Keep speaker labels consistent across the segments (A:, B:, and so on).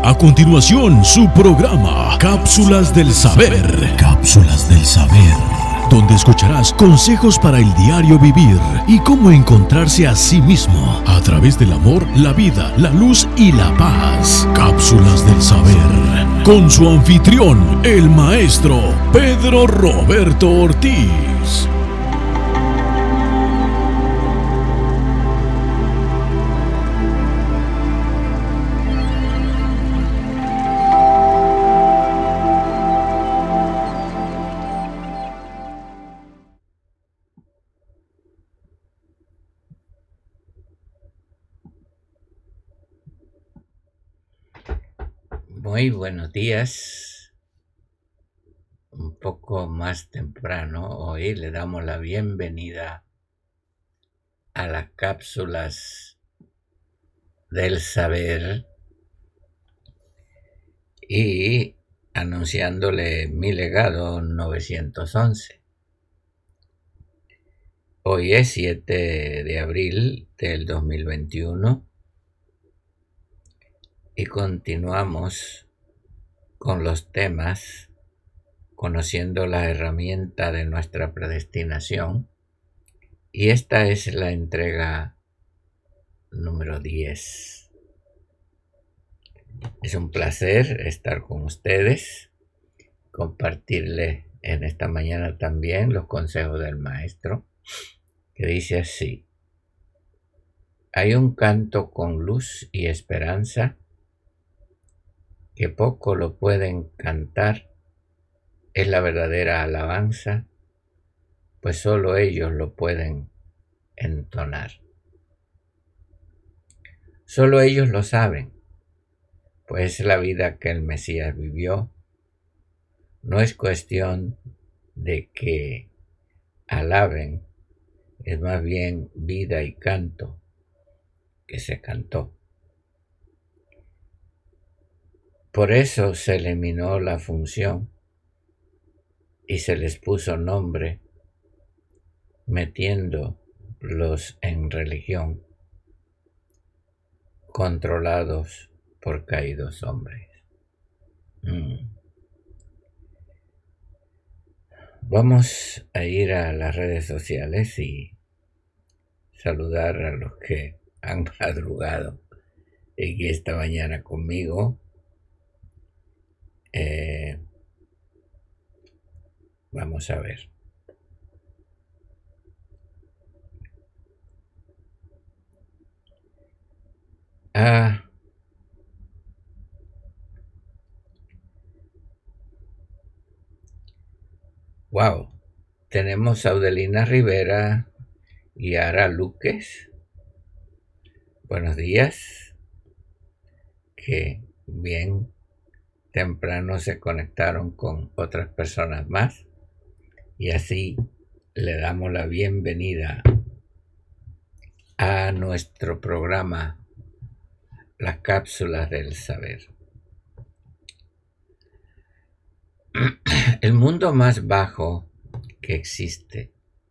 A: A continuación, su programa Cápsulas del Saber. Cápsulas del Saber, donde escucharás consejos para el diario vivir y cómo encontrarse a sí mismo a través del amor, la vida, la luz y la paz. Cápsulas del Saber, con su anfitrión, el maestro Pedro Roberto Ortiz.
B: Muy buenos días, un poco más temprano. Hoy le damos la bienvenida a las cápsulas del saber y anunciándole mi legado 911. Hoy es 7 de abril del 2021 y continuamos con los temas, conociendo la herramienta de nuestra predestinación, y esta es la entrega número 10. Es un placer estar con ustedes, compartirles en esta mañana también los consejos del maestro, que dice así: hay un canto con luz y esperanza que poco lo pueden cantar, es la verdadera alabanza, pues solo ellos lo pueden entonar. Solo ellos lo saben, pues es la vida que el Mesías vivió. No es cuestión de que alaben, es más bien vida y canto que se cantó. Por eso se eliminó la función y se les puso nombre, metiéndolos en religión, controlados por caídos hombres. Vamos a ir a las redes sociales y saludar a los que han madrugado aquí esta mañana conmigo. Vamos a ver. Wow. Tenemos a Audelina Rivera y Ara Luques. Buenos días. Que bien temprano se conectaron con otras personas más. Y así le damos la bienvenida a nuestro programa, las cápsulas del saber. El mundo más bajo que existe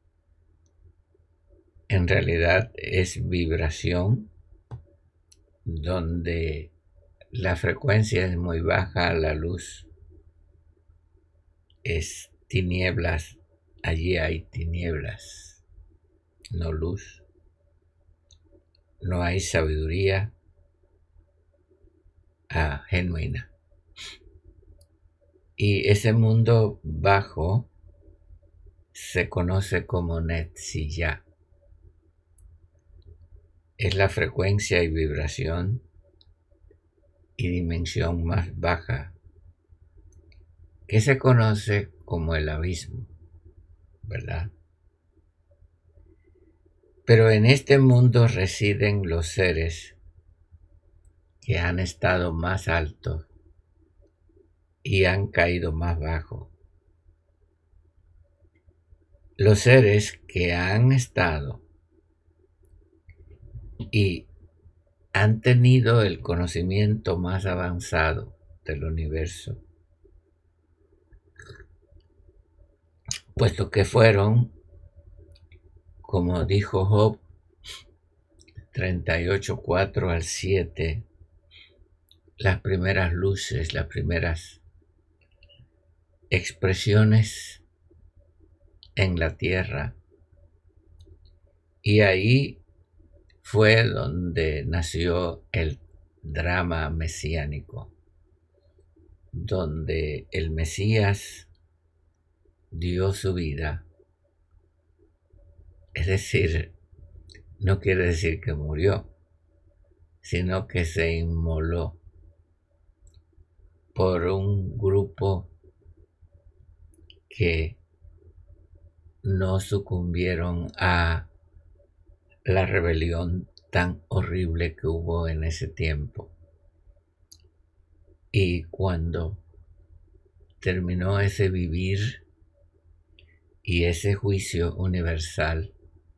B: en realidad es vibración, donde la frecuencia es muy baja, la luz es tinieblas. Allí hay tinieblas, no luz. No hay sabiduría genuina. Y ese mundo bajo se conoce como Netzilla. Es la frecuencia y vibración y dimensión más baja, que se conoce como el abismo, ¿verdad? Pero en este mundo residen los seres que han estado más altos y han caído más bajo. Los seres que han estado y han tenido el conocimiento más avanzado del universo, puesto que fueron, como dijo Job 38:4 al 7, las primeras luces, las primeras expresiones en la tierra. Y ahí fue donde nació el drama mesiánico, donde el Mesías dio su vida. Es decir, no quiere decir que murió, sino que se inmoló por un grupo que no sucumbieron a la rebelión tan horrible que hubo en ese tiempo. Y cuando terminó ese vivir y ese juicio universal,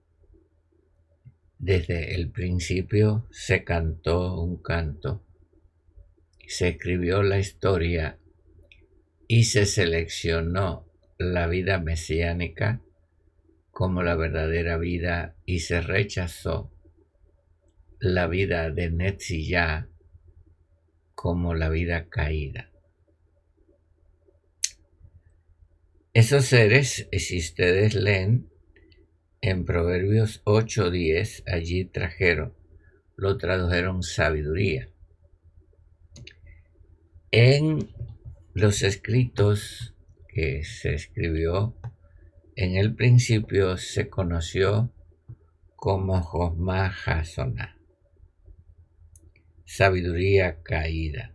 B: desde el principio se cantó un canto, se escribió la historia y se seleccionó la vida mesiánica como la verdadera vida y se rechazó la vida de Netzillá como la vida caída. Esos seres, si ustedes leen en Proverbios 8:10, allí lo tradujeron sabiduría. En los escritos que se escribió en el principio se conoció como Josma Hasoná, sabiduría caída.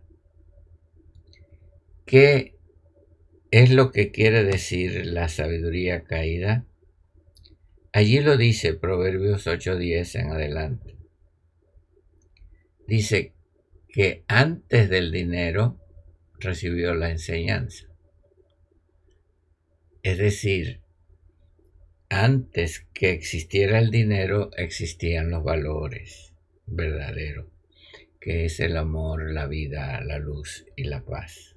B: ¿Qué es lo que quiere decir la sabiduría caída? Allí lo dice Proverbios 8:10 en adelante. Dice que antes del dinero recibió la enseñanza. Es decir, antes que existiera el dinero existían los valores verdaderos, que es el amor, la vida, la luz y la paz.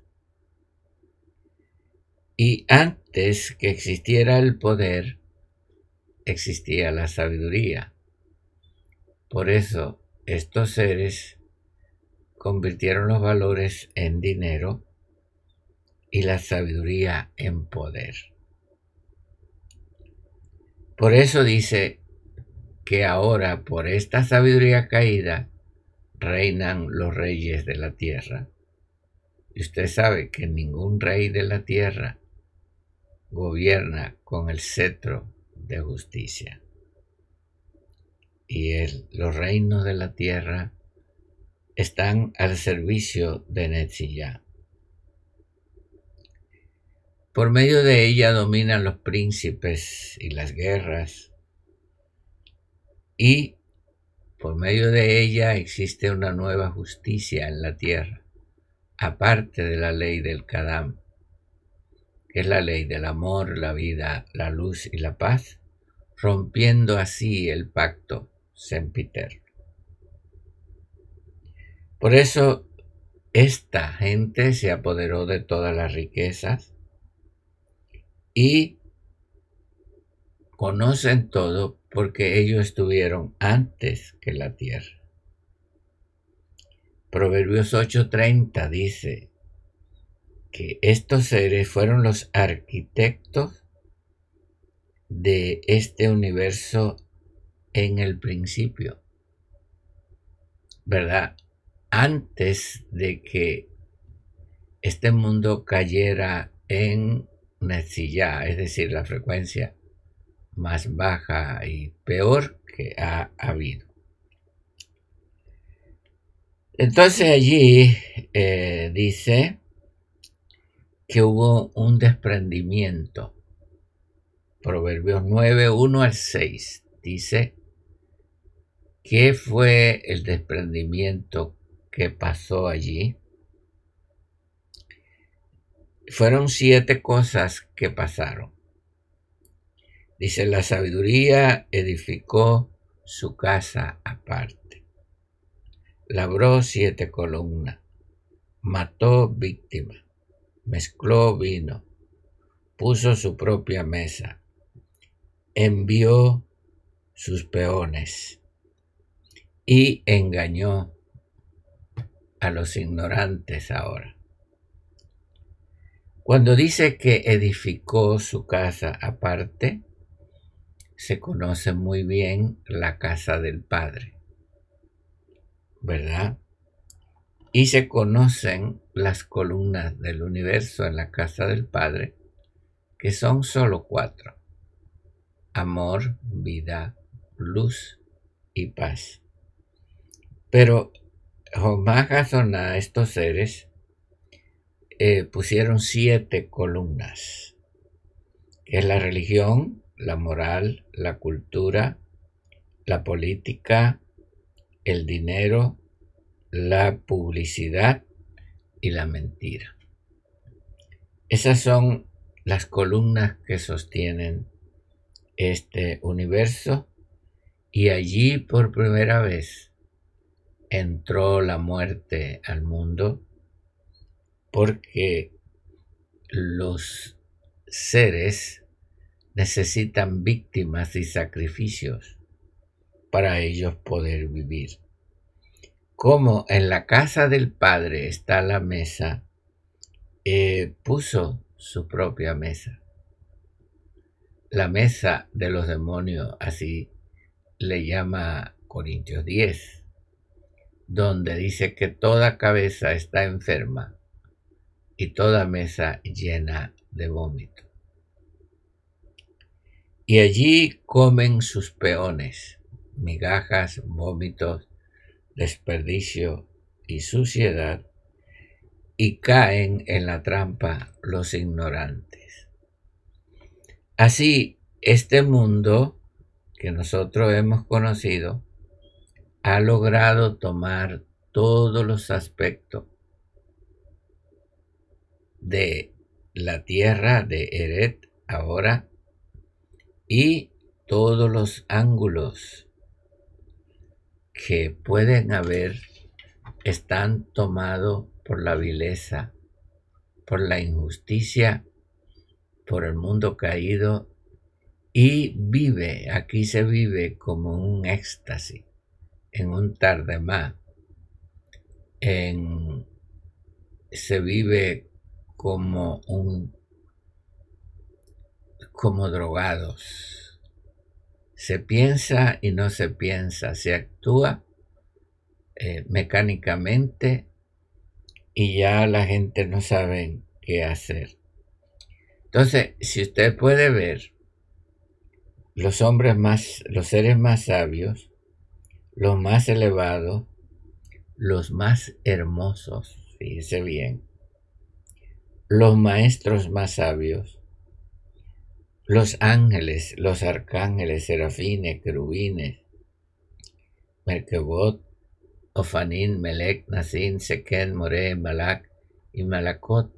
B: Y antes que existiera el poder, existía la sabiduría. Por eso estos seres convirtieron los valores en dinero y la sabiduría en poder. Por eso dice que ahora, por esta sabiduría caída, reinan los reyes de la tierra. Y usted sabe que ningún rey de la tierra gobierna con el cetro de justicia. Y los reinos de la tierra están al servicio de Netzillá. Por medio de ella dominan los príncipes y las guerras, y por medio de ella existe una nueva justicia en la tierra, aparte de la ley del Kadam, que es la ley del amor, la vida, la luz y la paz, rompiendo así el pacto sempiterno. Por eso esta gente se apoderó de todas las riquezas y conocen todo porque ellos estuvieron antes que la tierra. Proverbios 8:30 dice que estos seres fueron los arquitectos de este universo en el principio, ¿verdad? Antes de que este mundo cayera en Netzillá, es decir, la frecuencia más baja y peor que ha habido. Entonces allí dice que hubo un desprendimiento. Proverbios 9:1-6 dice ¿qué fue el desprendimiento que pasó allí? Fueron 7 cosas que pasaron. Dice, la sabiduría edificó su casa aparte, labró 7 columnas, mató víctimas, mezcló vino, puso su propia mesa, envió sus peones y engañó a los ignorantes ahora. Cuando dice que edificó su casa aparte, se conoce muy bien la casa del Padre, ¿verdad? Y se conocen las columnas del universo en la casa del Padre, que son solo 4: amor, vida, luz y paz. Pero Jomás Gazoná, estos seres, pusieron 7 columnas, que es la religión, la moral, la cultura, la política, el dinero, la publicidad y la mentira. Esas son las columnas que sostienen este universo, y allí por primera vez entró la muerte al mundo, porque los seres necesitan víctimas y sacrificios para ellos poder vivir. Como en la casa del Padre está la mesa, puso su propia mesa. La mesa de los demonios, así le llama Corintios 10, donde dice que toda cabeza está enferma y toda mesa llena de vómito. Y allí comen sus peones, migajas, vómitos, desperdicio y suciedad, y caen en la trampa los ignorantes. Así, este mundo que nosotros hemos conocido ha logrado tomar todos los aspectos de la tierra de Eret ahora, y todos los ángulos que pueden haber están tomados por la vileza, por la injusticia, por el mundo caído, y aquí se vive como un éxtasis, en un tardemá, se vive como drogados. Se piensa y no se piensa, se actúa mecánicamente, y ya la gente no sabe qué hacer. Entonces, si usted puede ver, los seres más sabios, los más elevados, los más hermosos, fíjese bien, los maestros más sabios, los ángeles, los arcángeles, serafines, querubines, Merkebot, Ofanín, Melech, Nasín, Sequén, Moré, Malak y Malakot.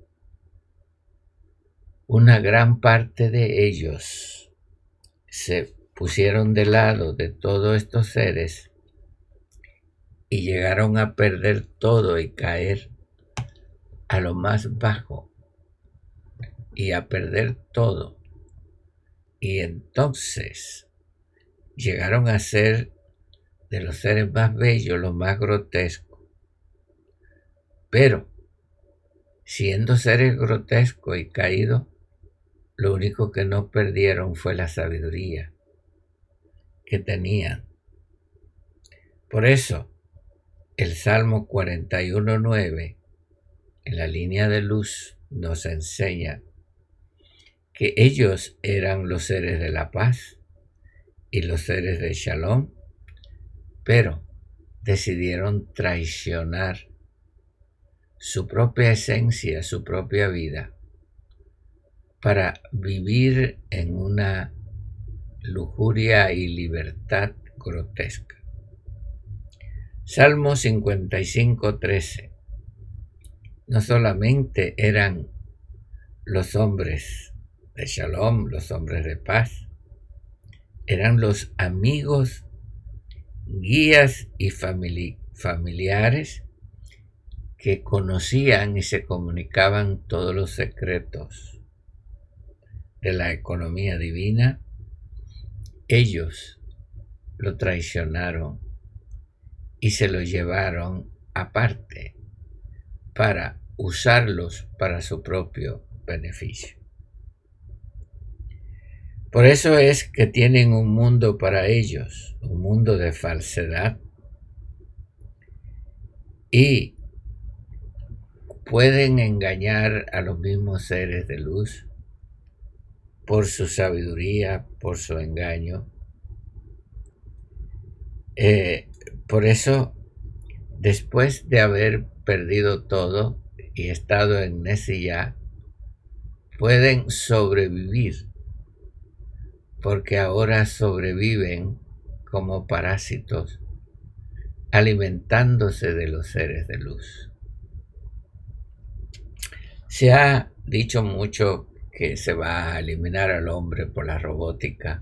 B: Una gran parte de ellos se pusieron de lado de todos estos seres y llegaron a perder todo y caer a lo más bajo y a perder todo. Y entonces llegaron a ser de los seres más bellos, los más grotescos. Pero, siendo seres grotescos y caídos, lo único que no perdieron fue la sabiduría que tenían. Por eso, el Salmo 41:9, en la línea de luz, nos enseña que ellos eran los seres de la paz y los seres de Shalom, pero decidieron traicionar su propia esencia, su propia vida, para vivir en una lujuria y libertad grotesca. Salmo 55:13. No solamente eran los hombres de Shalom, los hombres de paz, eran los amigos, guías y familiares que conocían y se comunicaban todos los secretos de la economía divina. Ellos lo traicionaron y se lo llevaron aparte para usarlos para su propio beneficio. Por eso es que tienen un mundo para ellos, un mundo de falsedad, y pueden engañar a los mismos seres de luz por su sabiduría, por su engaño. Por eso, después de haber perdido todo y estado en Nesiyah, pueden sobrevivir, porque ahora sobreviven como parásitos, alimentándose de los seres de luz. Se ha dicho mucho que se va a eliminar al hombre por la robótica.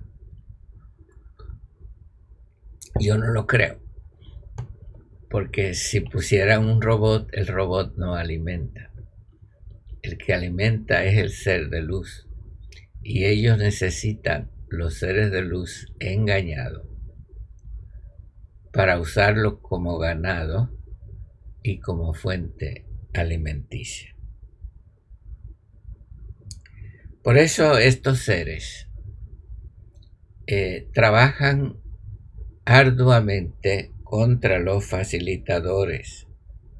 B: Yo no lo creo, porque si pusieran un robot, el robot no alimenta. El que alimenta es el ser de luz, y ellos necesitan los seres de luz engañados para usarlos como ganado y como fuente alimenticia. Por eso estos seres trabajan arduamente contra los facilitadores,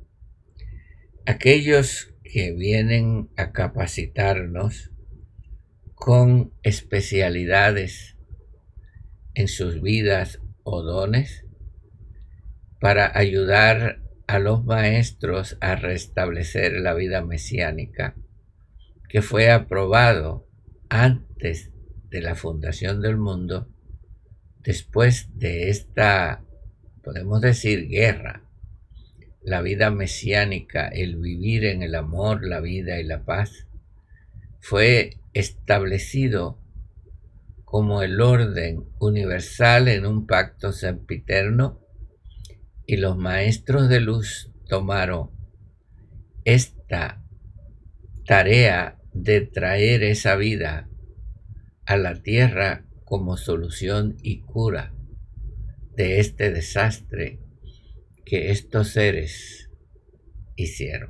B: aquellos que vienen a capacitarnos con especialidades en sus vidas o dones para ayudar a los maestros a restablecer la vida mesiánica que fue aprobado antes de la fundación del mundo, después de esta, podemos decir, guerra. La vida mesiánica, el vivir en el amor, la vida y la paz, fue establecido como el orden universal en un pacto sempiterno, y los maestros de luz tomaron esta tarea de traer esa vida a la tierra como solución y cura de este desastre que estos seres hicieron.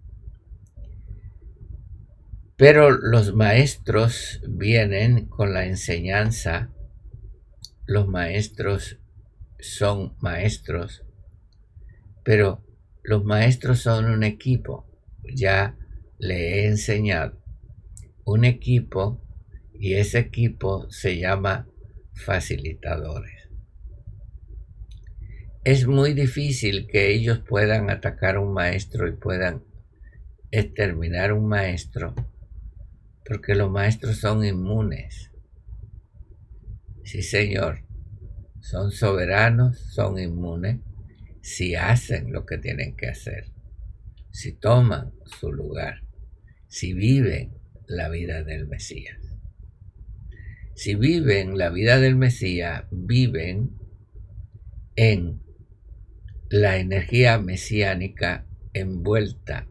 B: Pero los maestros vienen con la enseñanza, los maestros son maestros, pero los maestros son un equipo. Ya le he enseñado un equipo, y ese equipo se llama facilitadores. Es muy difícil que ellos puedan atacar a un maestro y puedan exterminar un maestro, porque los maestros son inmunes. Sí, señor, son soberanos, son inmunes si hacen lo que tienen que hacer, si toman su lugar, si viven la vida del Mesías. Si viven la vida del Mesías, viven en la energía mesiánica, envueltos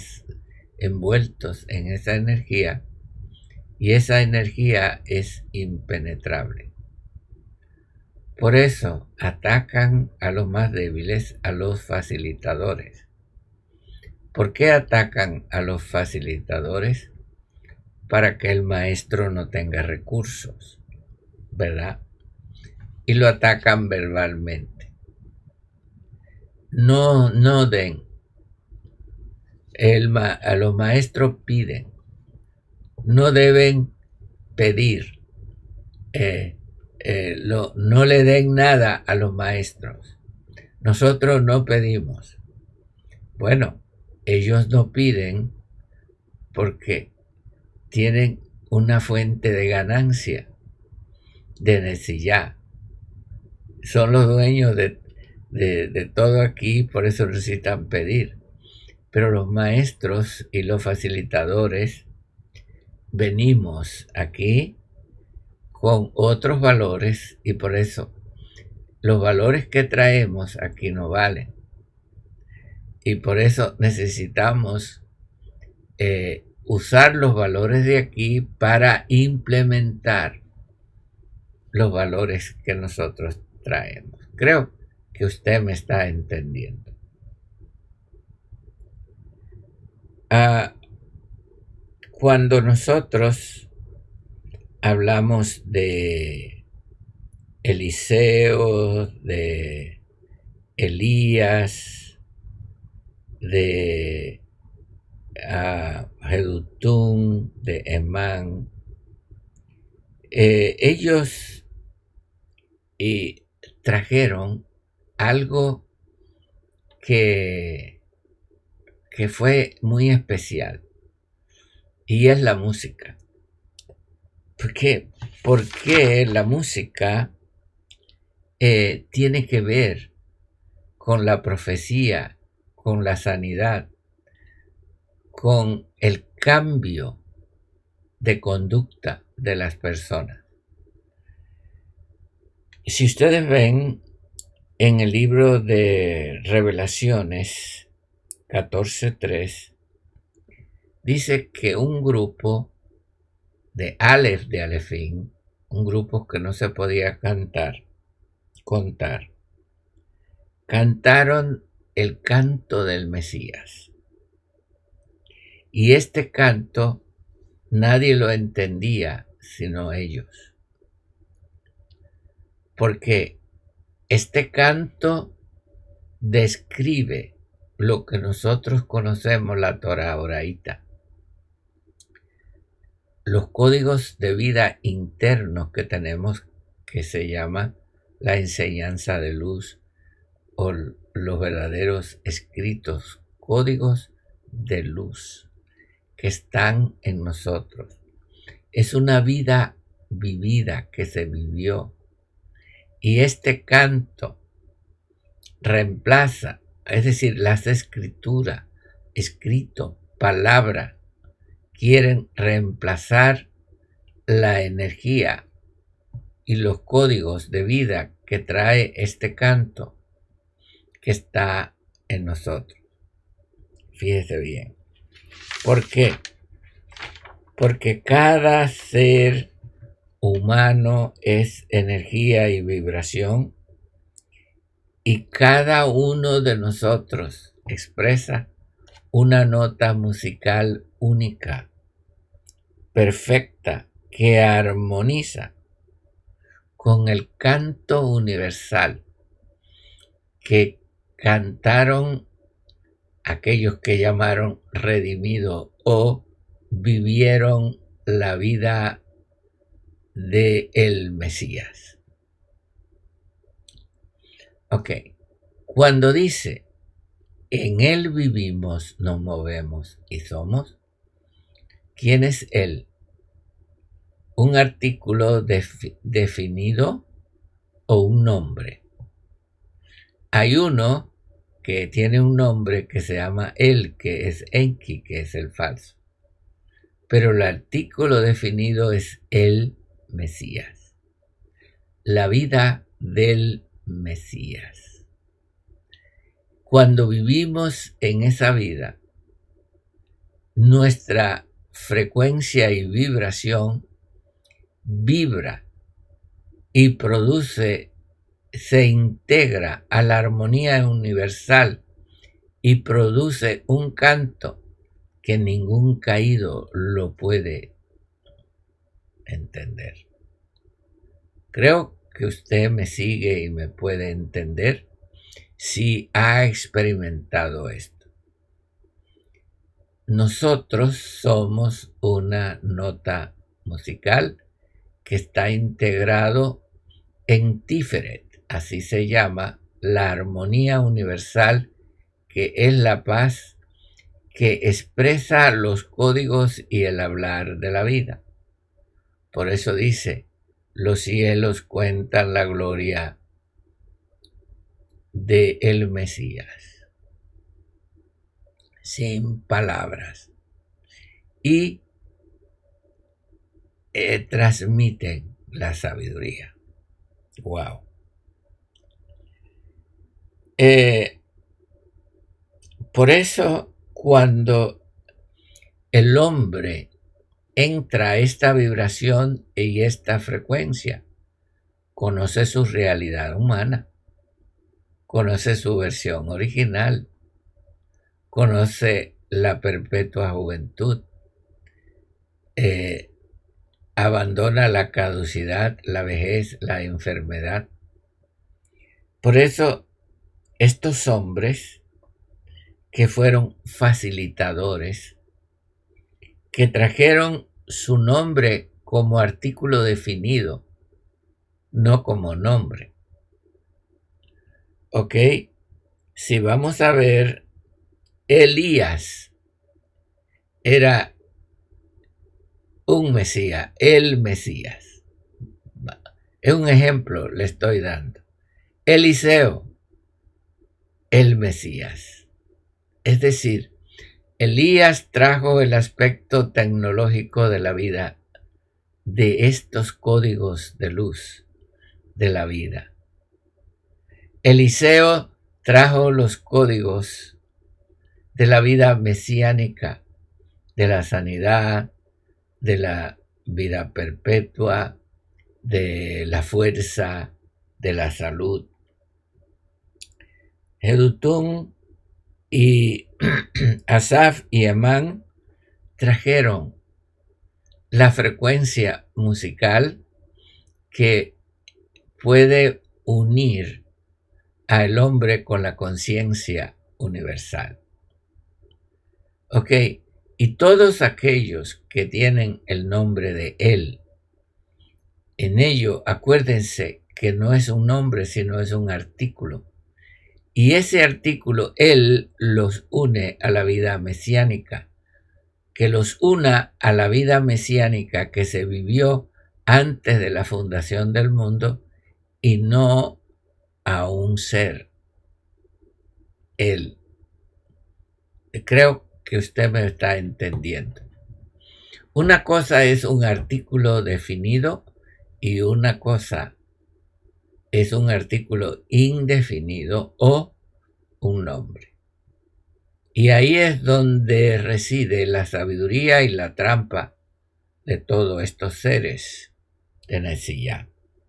B: en esa energía, y esa energía es impenetrable. Por eso atacan a los más débiles, a los facilitadores. ¿Por qué atacan a los facilitadores? Para que el maestro no tenga recursos, ¿verdad? Y lo atacan verbalmente. No den. A los maestros piden. No deben pedir. No le den nada a los maestros. Nosotros no pedimos. Bueno, ellos no piden porque tienen una fuente de ganancia de Nesiyah. Son los dueños de todo aquí, por eso necesitan pedir. Pero los maestros y los facilitadores venimos aquí con otros valores, y por eso los valores que traemos aquí no valen. Y por eso necesitamos usar los valores de aquí para implementar los valores que nosotros traemos. Creo que usted me está entendiendo. Cuando nosotros hablamos de Eliseo, de Elías, de Jedutún, de Emán, ellos trajeron algo que fue muy especial, y es la música. ¿Por qué? Porque la música tiene que ver con la profecía, con la sanidad, con el cambio de conducta de las personas. Si ustedes ven en el libro de Revelaciones 14:3, dice que un grupo de Aleph de Alefín, un grupo que no se podía contar, cantaron el canto del Mesías. Y este canto nadie lo entendía sino ellos. Porque este canto describe lo que nosotros conocemos, la Torah oraíta. Los códigos de vida internos que tenemos, que se llama la enseñanza de luz, o los verdaderos escritos, códigos de luz que están en nosotros. Es una vida vivida que se vivió, y este canto reemplaza, es decir, las escrituras, escrito, palabra, quieren reemplazar la energía y los códigos de vida que trae este canto que está en nosotros. Fíjese bien. ¿Por qué? Porque cada ser humano es energía y vibración, y cada uno de nosotros expresa una nota musical única, perfecta, que armoniza con el canto universal que cantaron aquellos que llamaron redimidos o vivieron la vida de el Mesías. Ok, cuando dice en él vivimos, nos movemos y somos, ¿quién es él? ¿Un artículo definido o un nombre? Hay uno que tiene un nombre que se llama él, que es Enki, que es el falso. Pero el artículo definido es el Mesías. La vida del Mesías. Cuando vivimos en esa vida, nuestra frecuencia y vibración vibra y produce, se integra a la armonía universal y produce un canto que ningún caído lo puede entender. Creo que usted me sigue y me puede entender si ha experimentado esto. Nosotros somos una nota musical que está integrado en Tiferet, así se llama la armonía universal, que es la paz que expresa los códigos y el hablar de la vida. Por eso dice, los cielos cuentan la gloria de el Mesías, sin palabras, y transmiten la sabiduría. Wow. Por eso, cuando el hombre entra a esta vibración y esta frecuencia, conoce su realidad humana, conoce su versión original, conoce la perpetua juventud, abandona la caducidad, la vejez, la enfermedad. Por eso, estos hombres que fueron facilitadores, que trajeron su nombre como artículo definido, no como nombre. ¿Ok? Si vamos a ver, Elías era un Mesías, el Mesías. Es un ejemplo, le estoy dando. Eliseo, el Mesías. Es decir, Elías trajo el aspecto tecnológico de la vida, de estos códigos de luz de la vida. Eliseo trajo los códigos de la vida mesiánica, de la sanidad, de la vida perpetua, de la fuerza, de la salud. Jedutún y Asaf y Emán trajeron la frecuencia musical que puede unir al hombre con la conciencia universal. Ok, y todos aquellos que tienen el nombre de Él, en ello acuérdense que no es un nombre, sino es un artículo. Y ese artículo, Él los une a la vida mesiánica, que los una a la vida mesiánica que se vivió antes de la fundación del mundo y no a un ser, Él. Creo que usted me está entendiendo. Una cosa es un artículo definido y una cosa es un artículo indefinido o un nombre. Y ahí es donde reside la sabiduría y la trampa de todos estos seres de Nesiyah.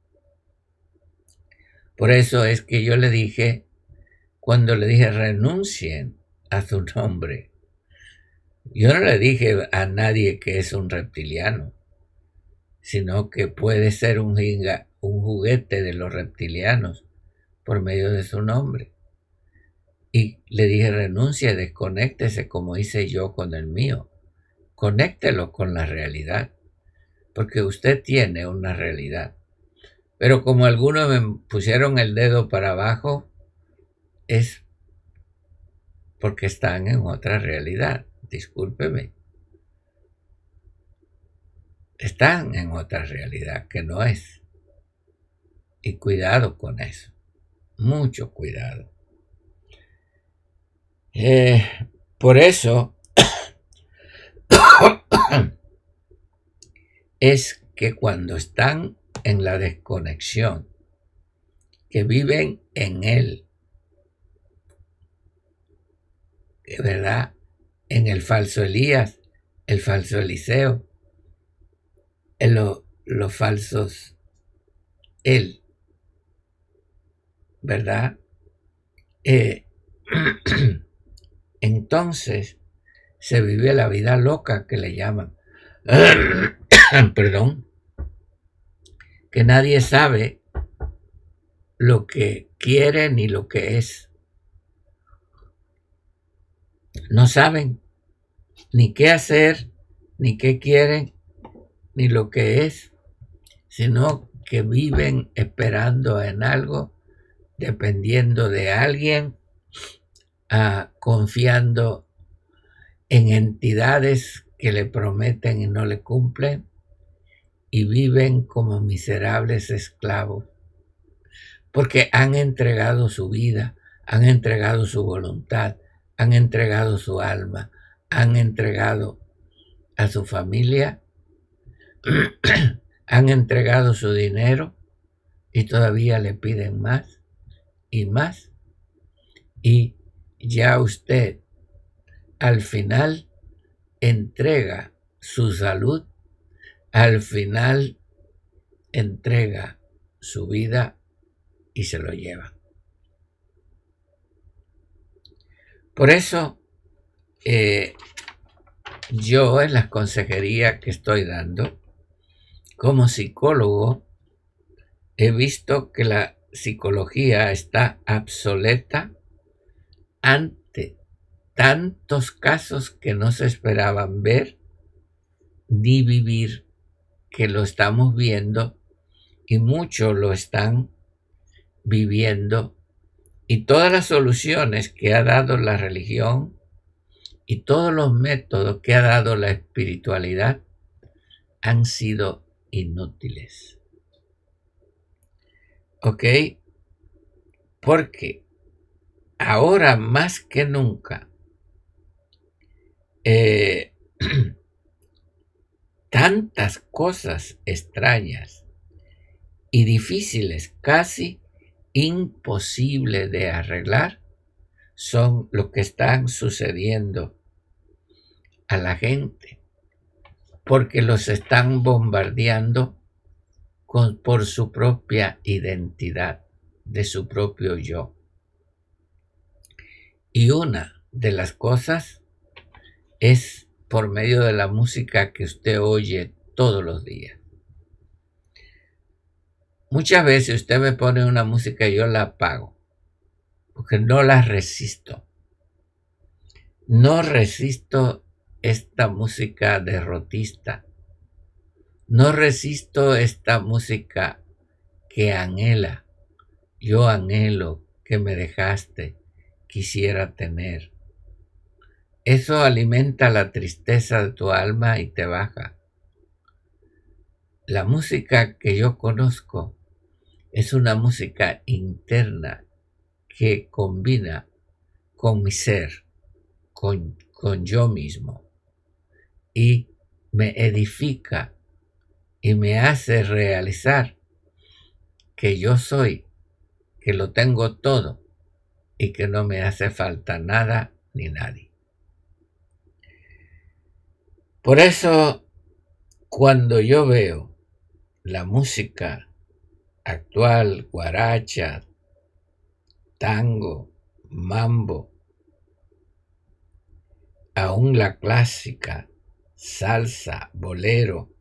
B: Por eso es que yo le dije, cuando le dije renuncien a su nombre, yo no le dije a nadie que es un reptiliano, sino que puede ser un juguete de los reptilianos por medio de su nombre. Y le dije renuncia, desconéctese como hice yo con el mío. Conéctelo con la realidad, porque usted tiene una realidad. Pero como algunos me pusieron el dedo para abajo, es porque están en otra realidad. Discúlpeme. Están en otra realidad que no es. Y cuidado con eso. Mucho cuidado. Por eso es que cuando están en la desconexión, que viven en Él, ¿verdad? En el falso Elías, el falso Eliseo, en los falsos Él, ¿verdad? Entonces se vive la vida loca que le llaman. Perdón. Que nadie sabe lo que quiere ni lo que es. No saben ni qué hacer, ni qué quieren, ni lo que es, sino que viven esperando en algo, dependiendo de alguien, confiando en entidades que le prometen y no le cumplen, y viven como miserables esclavos, porque han entregado su vida, han entregado su voluntad, han entregado su alma, han entregado a su familia, han entregado su dinero y todavía le piden más y más. Y ya usted al final entrega su salud, al final entrega su vida y se lo lleva. Por eso yo en las consejerías que estoy dando, como psicólogo, he visto que la psicología está obsoleta ante tantos casos que no se esperaban ver ni vivir, que lo estamos viendo y muchos lo están viviendo, y todas las soluciones que ha dado la religión y todos los métodos que ha dado la espiritualidad han sido inútiles. ¿Ok? Porque ahora más que nunca, tantas cosas extrañas y difíciles, casi imposibles de arreglar, son lo que están sucediendo a la gente, porque los están bombardeando por su propia identidad, de su propio yo. Y una de las cosas es por medio de la música que usted oye todos los días. Muchas veces usted me pone una música y yo la apago, porque no la resisto. No resisto esta música derrotista. No resisto esta música que anhela. Yo anhelo que me dejaste, quisiera tener. Eso alimenta la tristeza de tu alma y te baja. La música que yo conozco es una música interna que combina con mi ser, con yo mismo, y me edifica y me hace realizar que yo soy, que lo tengo todo y que no me hace falta nada ni nadie. Por eso, cuando yo veo la música actual, guaracha, tango, mambo, aún la clásica, salsa, bolero,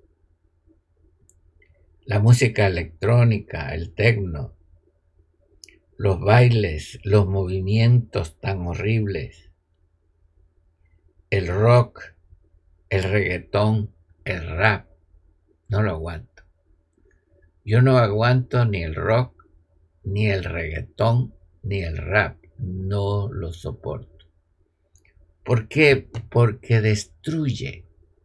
B: la música electrónica, el techno, los bailes, los movimientos tan horribles, el rock, el reggaetón, el rap, no lo aguanto. Yo no aguanto ni el rock, ni el reggaetón, ni el rap. No lo soporto. ¿Por qué? Porque destruye,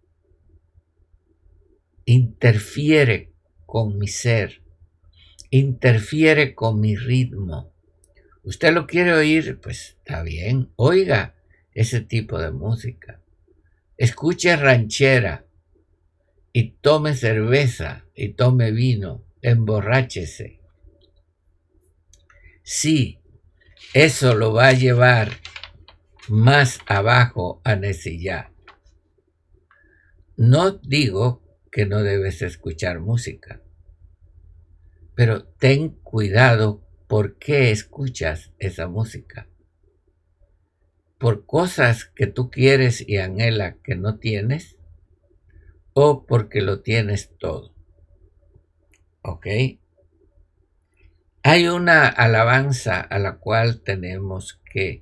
B: interfiere con mi ser, interfiere con mi ritmo. ¿Usted lo quiere oír? Pues está bien, oiga ese tipo de música. Escuche ranchera y tome cerveza y tome vino, emborráchese. Sí, eso lo va a llevar más abajo a Necillá. No digo que no debes escuchar música, pero ten cuidado por qué escuchas esa música. ¿Por cosas que tú quieres y anhelas que no tienes? ¿O porque lo tienes todo? ¿Ok? Hay una alabanza a la cual tenemos que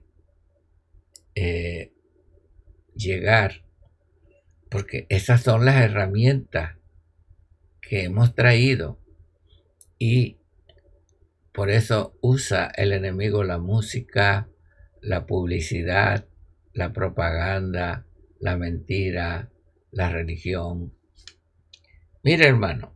B: llegar, porque esas son las herramientas que hemos traído, y por eso usa el enemigo la música, la publicidad, la propaganda, la mentira, la religión. Mire, hermano,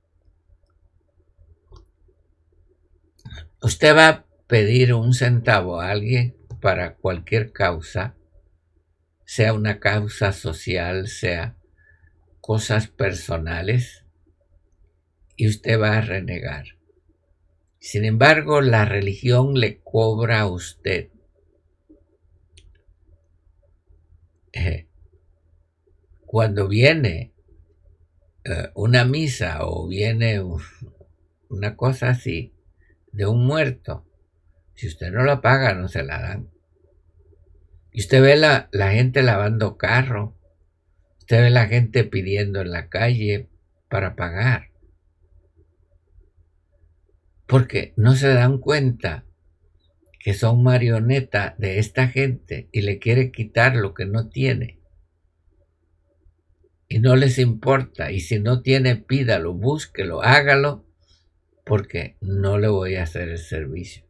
B: usted va a pedir un centavo a alguien para cualquier causa, sea una causa social, sea cosas personales, y usted va a renegar. Sin embargo, la religión le cobra a usted cuando viene una misa o viene una cosa así de un muerto. Si usted no la paga, no se la dan. Y usted ve la gente lavando carro, usted ve la gente pidiendo en la calle para pagar, porque no se dan cuenta que son marionetas de esta gente y le quiere quitar lo que no tiene. Y no les importa, y si no tiene, pídalo, búsquelo, hágalo, porque no le voy a hacer el servicio.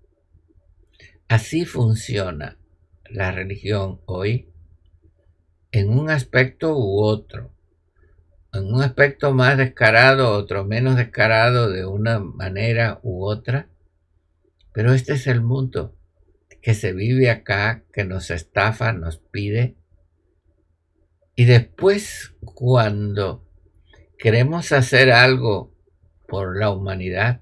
B: Así funciona la religión hoy, en un aspecto u otro. En un aspecto más descarado, otro menos descarado, de una manera u otra. Pero este es el mundo que se vive acá, que nos estafa, nos pide. Y después, cuando queremos hacer algo por la humanidad,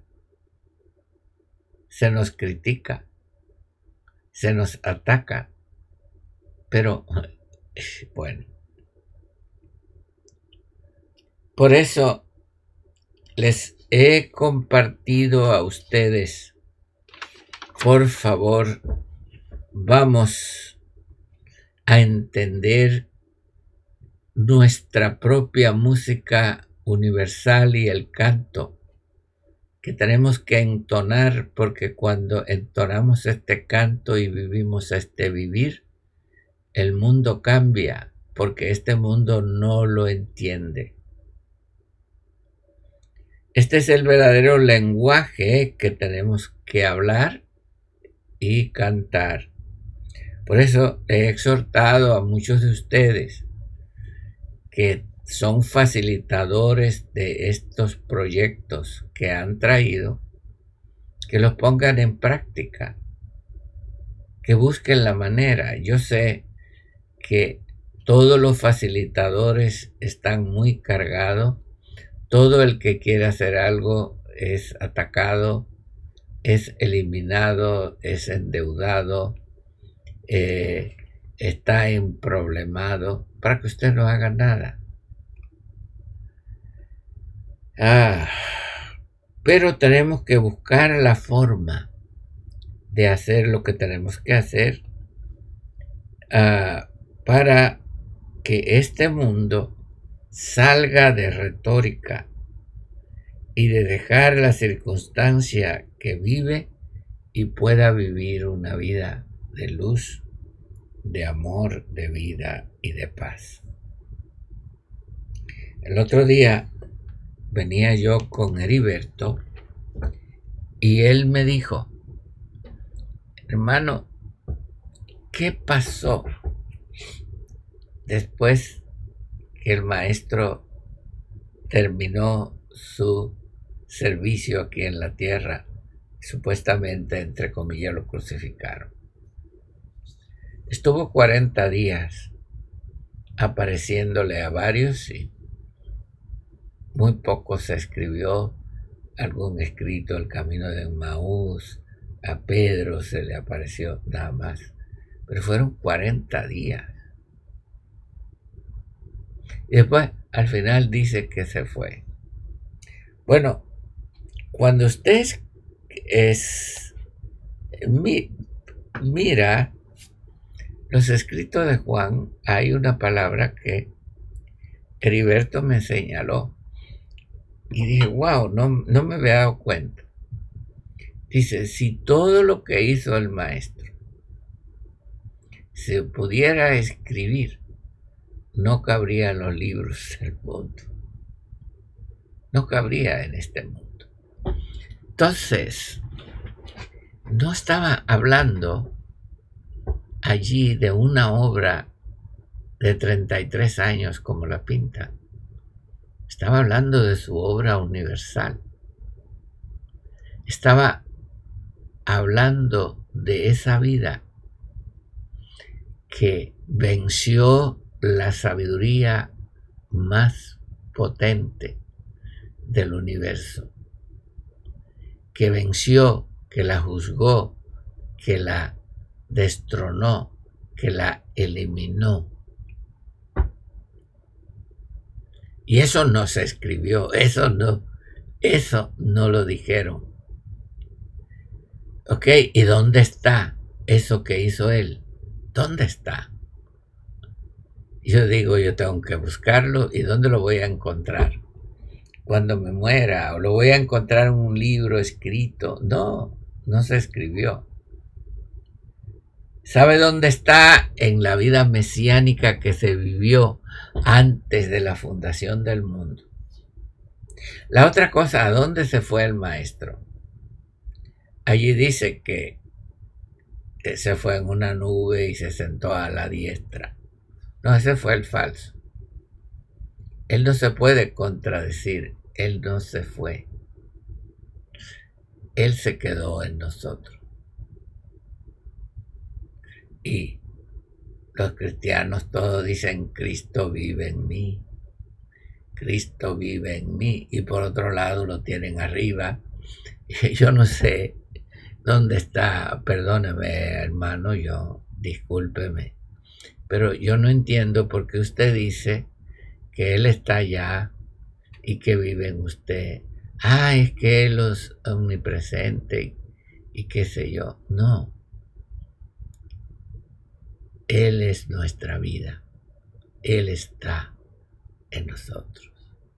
B: se nos critica, se nos ataca. Pero, bueno, por eso les he compartido a ustedes, por favor, vamos a entender nuestra propia música universal y el canto que tenemos que entonar, porque cuando entonamos este canto y vivimos este vivir, el mundo cambia, porque este mundo no lo entiende. Este es el verdadero lenguaje que tenemos que hablar y cantar. Por eso he exhortado a muchos de ustedes que son facilitadores de estos proyectos que han traído, que los pongan en práctica, que busquen la manera. Yo sé que todos los facilitadores están muy cargados, todo el que quiere hacer algo es atacado, es eliminado, es endeudado, está emproblemado, para que usted no haga nada. Pero tenemos que buscar la forma de hacer lo que tenemos que hacer para que este mundo salga de retórica y de dejar la circunstancia que vive y pueda vivir una vida de luz, de amor, de vida y de paz. El otro día venía yo con Heriberto y él me dijo: hermano, ¿qué pasó después que el maestro terminó su servicio aquí en la tierra? Supuestamente, entre comillas, lo crucificaron. Estuvo 40 días apareciéndole a varios y muy poco se escribió, algún escrito, el camino de Emmaús, a Pedro se le apareció nada más, pero fueron 40 días. Y después, al final dice que se fue. Bueno, cuando usted mira los escritos de Juan, hay una palabra que Heriberto me señaló. Y dije, wow, no me había dado cuenta. Dice, si todo lo que hizo el maestro se pudiera escribir, no cabría en los libros del mundo. No cabría en este mundo. Entonces, no estaba hablando allí de una obra de 33 años como la pinta. Estaba hablando de su obra universal. Estaba hablando de esa vida que venció la sabiduría más potente del universo, que venció, que la juzgó, que la destronó, que la eliminó. Y eso no se escribió, eso no lo dijeron. ¿Ok? ¿Y dónde está eso que hizo él? ¿Dónde está? Yo digo, yo tengo que buscarlo, ¿y dónde lo voy a encontrar? Cuando me muera, o lo voy a encontrar en un libro escrito. No, no se escribió. ¿Sabe dónde está? En la vida mesiánica que se vivió antes de la fundación del mundo. La otra cosa, ¿a dónde se fue el maestro? Allí dice que se fue en una nube y se sentó a la diestra. No, ese fue el falso. Él no se puede contradecir, él no se fue. Él se quedó en nosotros. Y los cristianos todos dicen, Cristo vive en mí. Cristo vive en mí. Y por otro lado lo tienen arriba. Yo no sé dónde está, perdóneme hermano, discúlpeme, pero yo no entiendo por qué usted dice que Él está allá y que vive en usted. Es que Él es omnipresente y qué sé yo. No. Él es nuestra vida. Él está en nosotros.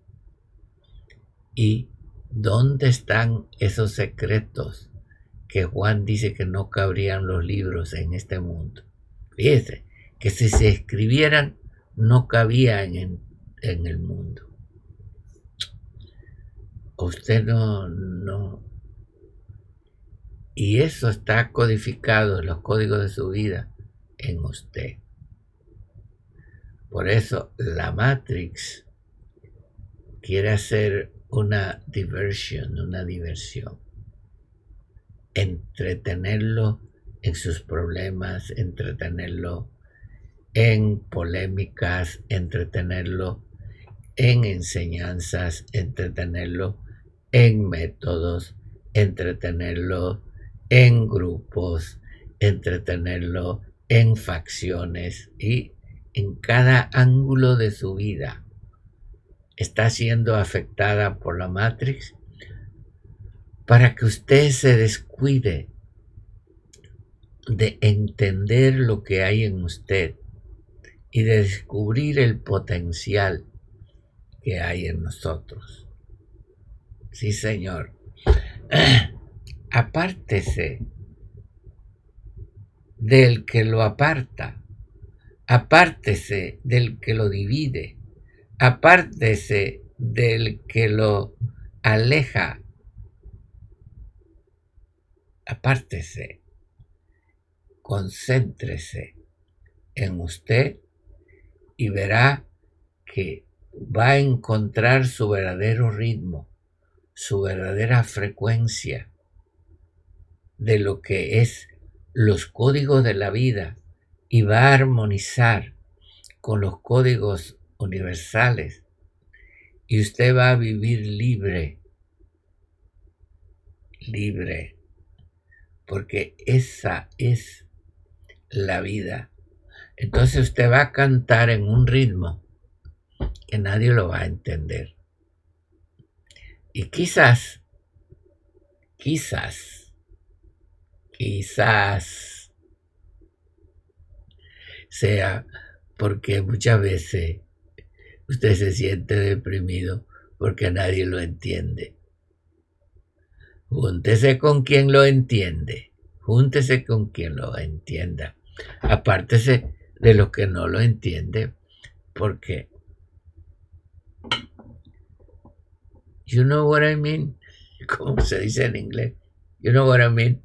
B: ¿Y dónde están esos secretos que Juan dice que no cabrían los libros en este mundo? Fíjese, que si se escribieran no cabían en el mundo. Usted no. Y eso está codificado en los códigos de su vida en usted. Por eso la Matrix quiere hacer una diversión, entretenerlo en sus problemas, entretenerlo en polémicas, entretenerlo en enseñanzas, entretenerlo en métodos, entretenerlo en grupos, entretenerlo en facciones, y en cada ángulo de su vida está siendo afectada por la Matrix para que usted se descuide de entender lo que hay en usted y de descubrir el potencial que hay en nosotros. Sí, señor. Apártese del que lo aparta, apártese del que lo divide, apártese del que lo aleja, apártese, concéntrese en usted y verá que va a encontrar su verdadero ritmo, su verdadera frecuencia de lo que es los códigos de la vida, y va a armonizar con los códigos universales, y usted va a vivir libre, porque esa es la vida. Entonces usted va a cantar en un ritmo que nadie lo va a entender. Y quizás sea porque muchas veces usted se siente deprimido porque nadie lo entiende. Júntese con quien lo entiende, júntese con quien lo entienda, apártese de los que no lo entienden, porque you know what I mean, como se dice en inglés, you know what I mean.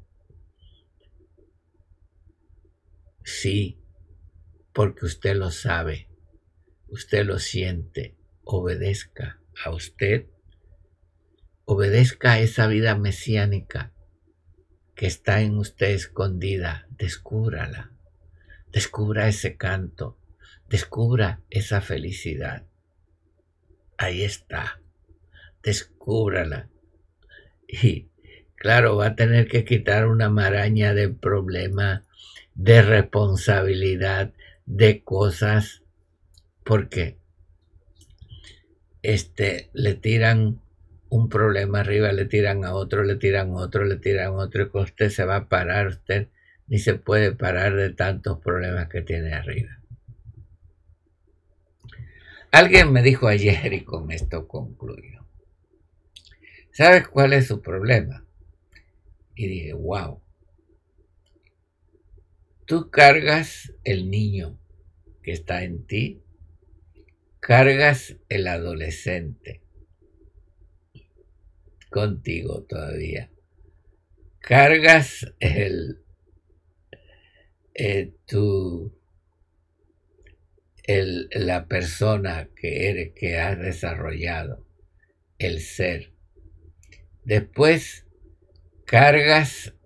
B: Sí, porque usted lo sabe, usted lo siente. Obedezca a usted, obedezca a esa vida mesiánica que está en usted escondida, descúbrala, descubra ese canto, descubra esa felicidad. Ahí está, descúbrala. Y claro, va a tener que quitar una maraña de problemas, de responsabilidad, de cosas, porque le tiran un problema arriba, le tiran a otro, le tiran otro, y con usted se va a parar usted ni se puede parar de tantos problemas que tiene arriba. Alguien me dijo ayer, y con esto concluyo, ¿sabes cuál es su problema? Y dije, wow, tú cargas el niño que está en ti, cargas el adolescente contigo todavía, cargas la persona que eres, que has desarrollado, el ser. Después cargas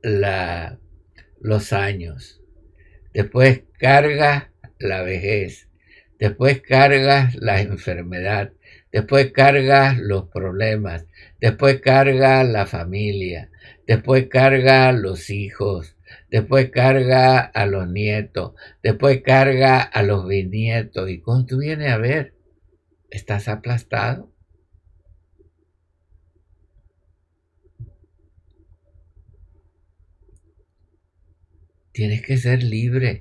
B: los años, después cargas la vejez, después cargas la enfermedad, después cargas los problemas, después cargas la familia, después cargas los hijos, después carga a los nietos, después carga a los bisnietos, y cuando tú vienes a ver, estás aplastado. Tienes que ser libre.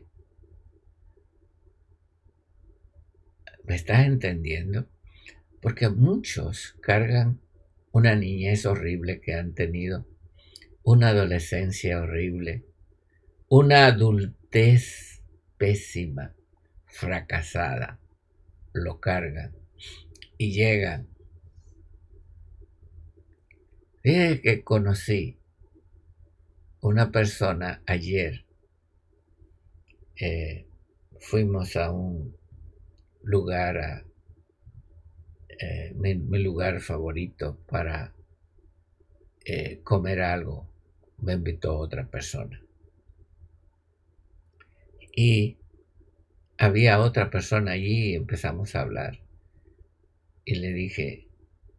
B: ¿Me estás entendiendo? Porque muchos cargan una niñez horrible que han tenido, una adolescencia horrible, una adultez pésima, fracasada, lo cargan y llegan. Fíjate que conocí una persona ayer, fuimos a un lugar, mi lugar favorito para comer algo, me invitó otra persona. Y había otra persona allí y empezamos a hablar. Y le dije,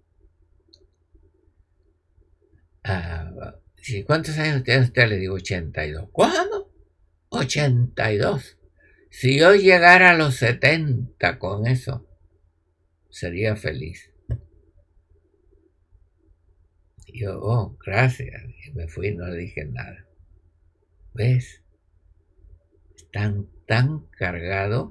B: ¿cuántos años tiene usted? Le digo, 82. ¿Cuándo? 82. Si yo llegara a los 70 con eso, sería feliz. Y yo, oh, gracias. Y me fui y no le dije nada. ¿Ves? Están tan cargados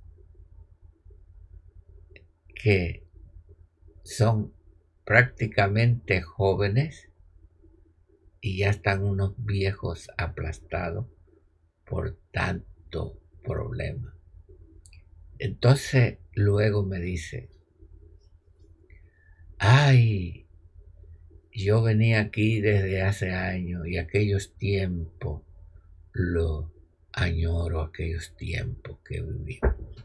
B: que son prácticamente jóvenes y ya están unos viejos aplastados por tanto problema. Entonces luego me dice, ay, yo venía aquí desde hace años y aquellos tiempos, lo añoro, aquellos tiempos que viví.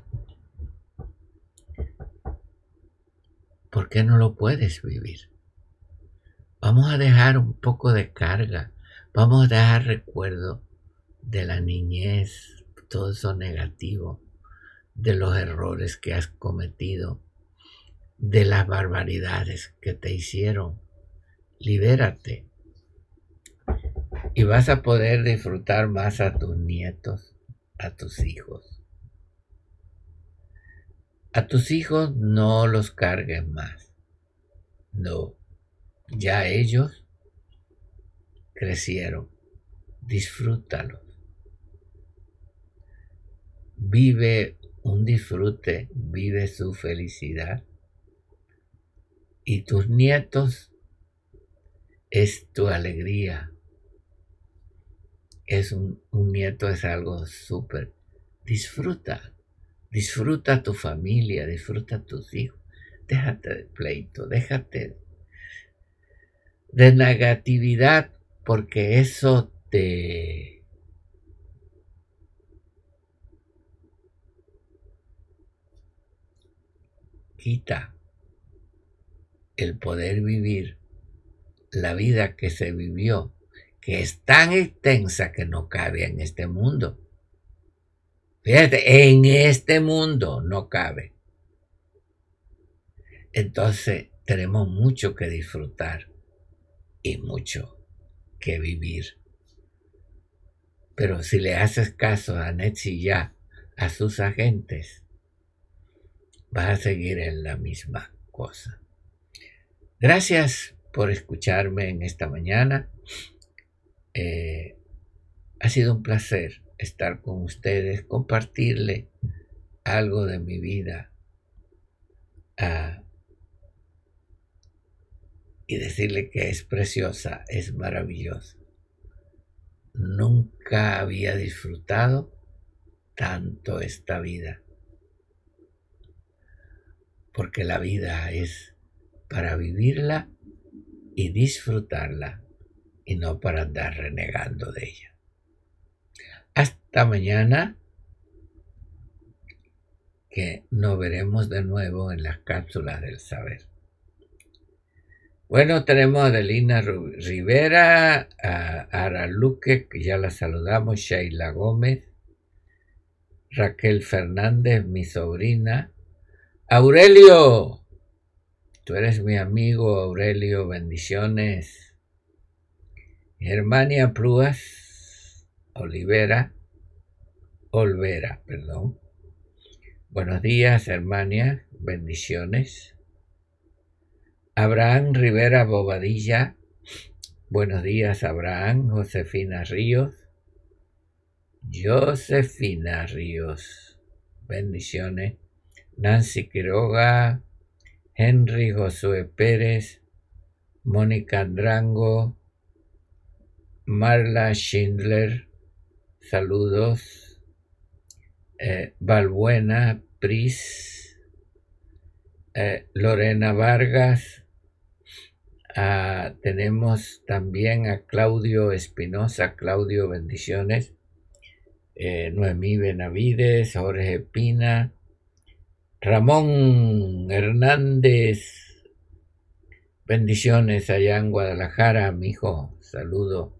B: ¿Por qué no lo puedes vivir? Vamos a dejar un poco de carga, vamos a dejar recuerdo de la niñez, todo eso negativo, de los errores que has cometido, de las barbaridades que te hicieron. Libérate y vas a poder disfrutar más a tus nietos, a tus hijos. A tus hijos no los cargues más. No, ya ellos crecieron. Disfrútalos. Vive un disfrute, vive su felicidad. Y tus nietos es tu alegría. Un nieto es algo súper. Disfruta tu familia, disfruta tus hijos. Déjate de pleito, déjate de negatividad, porque eso te quita el poder vivir la vida que se vivió, que es tan extensa que no cabe en este mundo. Fíjate, en este mundo no cabe. Entonces tenemos mucho que disfrutar y mucho que vivir. Pero si le haces caso a Netsi ya, a sus agentes, vas a seguir en la misma cosa. Gracias por escucharme en esta mañana. Ha sido un placer estar con ustedes, compartirle algo de mi vida y decirle que es preciosa, es maravillosa. Nunca había disfrutado tanto esta vida, porque la vida es para vivirla y disfrutarla y no para andar renegando de ella. Hasta mañana, que nos veremos de nuevo en las cápsulas del saber. Bueno, tenemos a Adelina Rivera, a Ara Luque, que ya la saludamos, Sheila Gómez, Raquel Fernández, mi sobrina. Aurelio, tú eres mi amigo, Aurelio, bendiciones. Germania Prúas Olvera. Buenos días, Germania, bendiciones. Abraham Rivera Bobadilla, buenos días, Abraham. Josefina Ríos, bendiciones. Nancy Quiroga, Henry Josué Pérez, Mónica Andrango, Marla Schindler, saludos. Valbuena Pris, Lorena Vargas. Tenemos también a Claudio Espinosa. Claudio, bendiciones. Noemí Benavides, Jorge Pina, Ramón Hernández, bendiciones allá en Guadalajara, mi hijo, saludo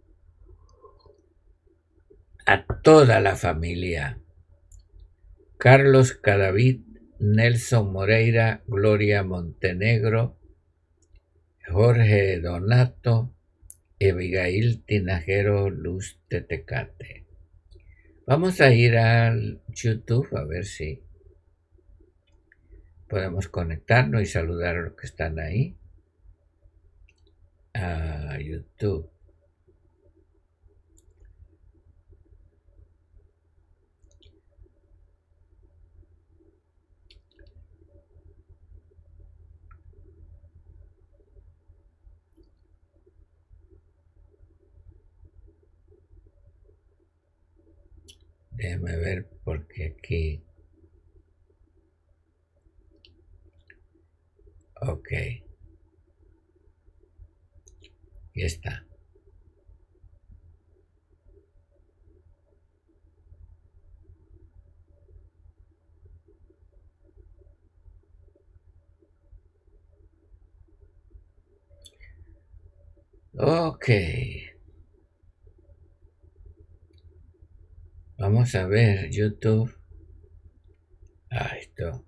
B: a toda la familia. Carlos Cadavid, Nelson Moreira, Gloria Montenegro, Jorge Donato, Abigail Tinajero, Luz de Tecate. Vamos a ir al YouTube a ver si podemos conectarnos y saludar a los que están ahí. A YouTube. Déjame ver porque aquí. Ok. Aquí está. Ok. Vamos a ver YouTube. Esto.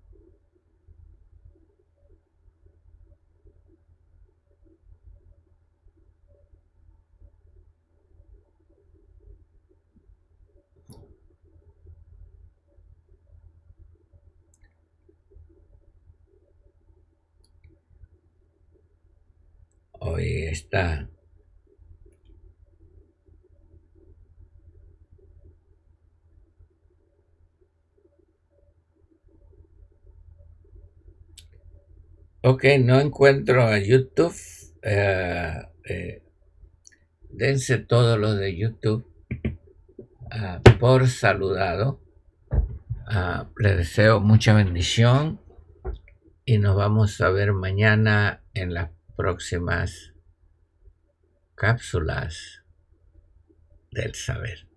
B: Hoy está. Ok, no encuentro a YouTube. Dense todos los de YouTube por saludado. Les deseo mucha bendición y nos vamos a ver mañana en las próximas cápsulas del saber.